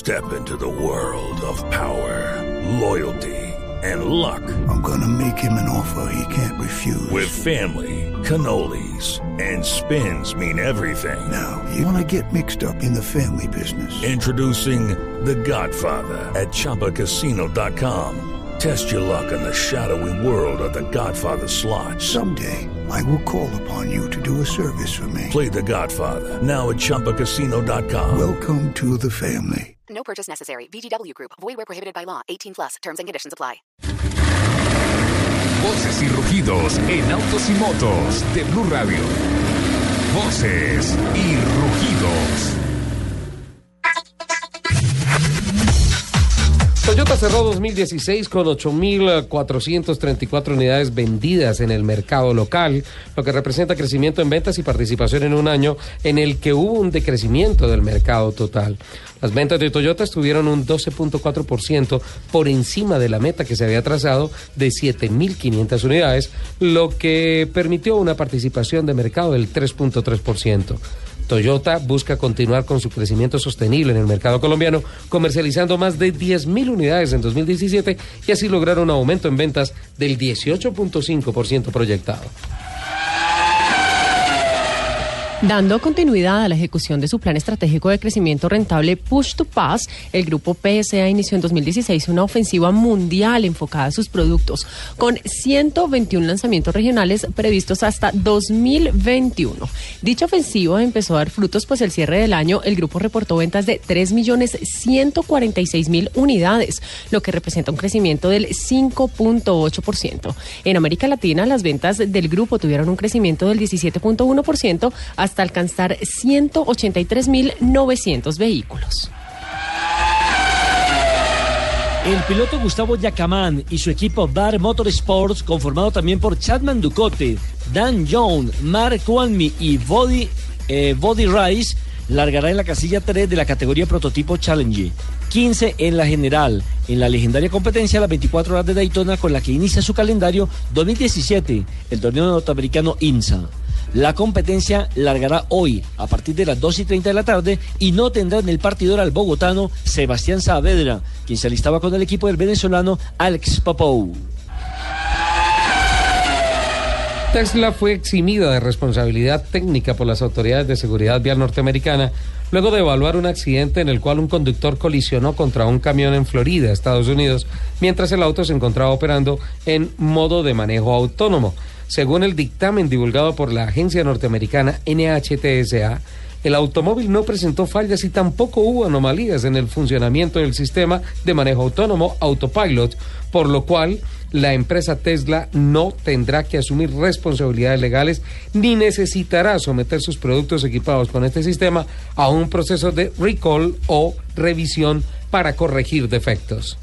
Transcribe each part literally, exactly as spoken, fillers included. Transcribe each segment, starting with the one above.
Step into the world of power, loyalty, and luck. I'm gonna make him an offer he can't refuse. With family, cannolis, and spins mean everything. Now, you wanna get mixed up in the family business. Introducing The Godfather at Chumba Casino dot com. Test your luck in the shadowy world of The Godfather slot. Someday, I will call upon you to do a service for me. Play The Godfather, now at Chumba Casino dot com. Welcome to the family. No purchase necessary. V G W Group. Void where prohibited by law. eighteen plus. Terms and conditions apply. Voces y rugidos en autos y motos de Blue Radio. Voces y rugidos. Toyota cerró dos mil dieciséis con ocho mil cuatrocientas treinta y cuatro unidades vendidas en el mercado local, lo que representa crecimiento en ventas y participación en un año en el que hubo un decrecimiento del mercado total. Las ventas de Toyota estuvieron un doce punto cuatro por ciento por encima de la meta que se había trazado de siete mil quinientas unidades, lo que permitió una participación de mercado del tres punto tres por ciento. Toyota busca continuar con su crecimiento sostenible en el mercado colombiano, comercializando más de diez mil unidades en dos mil diecisiete y así lograr un aumento en ventas del dieciocho punto cinco por ciento proyectado. Dando continuidad a la ejecución de su plan estratégico de crecimiento rentable Push to Pass, el grupo P S A inició en dos mil dieciséis una ofensiva mundial enfocada a sus productos, con ciento veintiún lanzamientos regionales previstos hasta dos mil veintiuno. Dicha ofensiva empezó a dar frutos, pues el cierre del año el grupo reportó ventas de tres millones ciento cuarenta y seis mil unidades, lo que representa un crecimiento del cinco punto ocho por ciento. En América Latina, las ventas del grupo tuvieron un crecimiento del diecisiete punto uno por ciento hasta hasta alcanzar ciento ochenta y tres mil novecientos vehículos. El piloto Gustavo Yacamán y su equipo Bar Motorsports, conformado también por Chadman Ducote, Dan Young, Mark Wanmi y Body, eh, Body Rice, largará en la casilla tres de la categoría prototipo Challenge, quince en la general, en la legendaria competencia las veinticuatro horas de Daytona, con la que inicia su calendario dos mil diecisiete, el torneo norteamericano IMSA. La competencia largará hoy a partir de las dos y treinta de la tarde y no tendrá en el partidor al bogotano Sebastián Saavedra, quien se alistaba con el equipo del venezolano Alex Popou. Tesla fue eximida de responsabilidad técnica por las autoridades de seguridad vial norteamericana luego de evaluar un accidente en el cual un conductor colisionó contra un camión en Florida, Estados Unidos, mientras el auto se encontraba operando en modo de manejo autónomo. Según el dictamen divulgado por la agencia norteamericana N H T S A, el automóvil no presentó fallas y tampoco hubo anomalías en el funcionamiento del sistema de manejo autónomo Autopilot, por lo cual la empresa Tesla no tendrá que asumir responsabilidades legales ni necesitará someter sus productos equipados con este sistema a un proceso de recall o revisión para corregir defectos.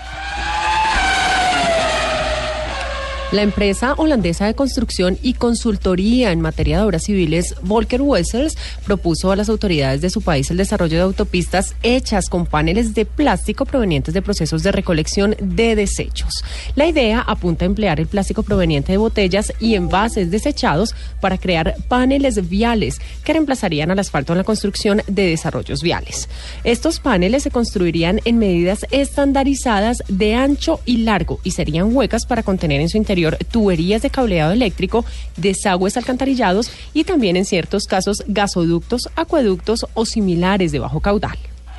La empresa holandesa de construcción y consultoría en materia de obras civiles Volker Wessels propuso a las autoridades de su país el desarrollo de autopistas hechas con paneles de plástico provenientes de procesos de recolección de desechos. La idea apunta a emplear el plástico proveniente de botellas y envases desechados para crear paneles viales que reemplazarían al asfalto en la construcción de desarrollos viales. Estos paneles se construirían en medidas estandarizadas de ancho y largo y serían huecas para contener en su interior tuberías de cableado eléctrico, desagües alcantarillados y también en ciertos casos gasoductos, acueductos o similares de bajo caudal.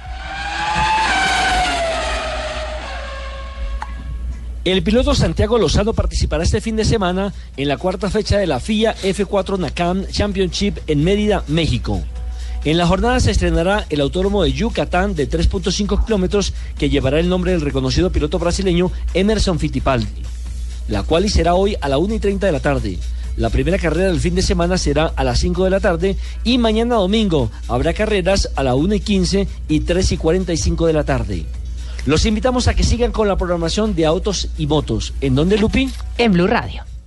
El piloto Santiago Lozano participará este fin de semana en la cuarta fecha de la F I A F cuatro NACAM Championship en Mérida, México. En la jornada se estrenará el autódromo de Yucatán de tres punto cinco kilómetros que llevará el nombre del reconocido piloto brasileño Emerson Fittipaldi. La quali será hoy a la una y treinta de la tarde. La primera carrera del fin de semana será a las cinco de la tarde y mañana domingo habrá carreras a la una y quince y tres y cuarenta y cinco de la tarde. Los invitamos a que sigan con la programación de Autos y Motos. ¿En dónde, Lupi? En Blue Radio.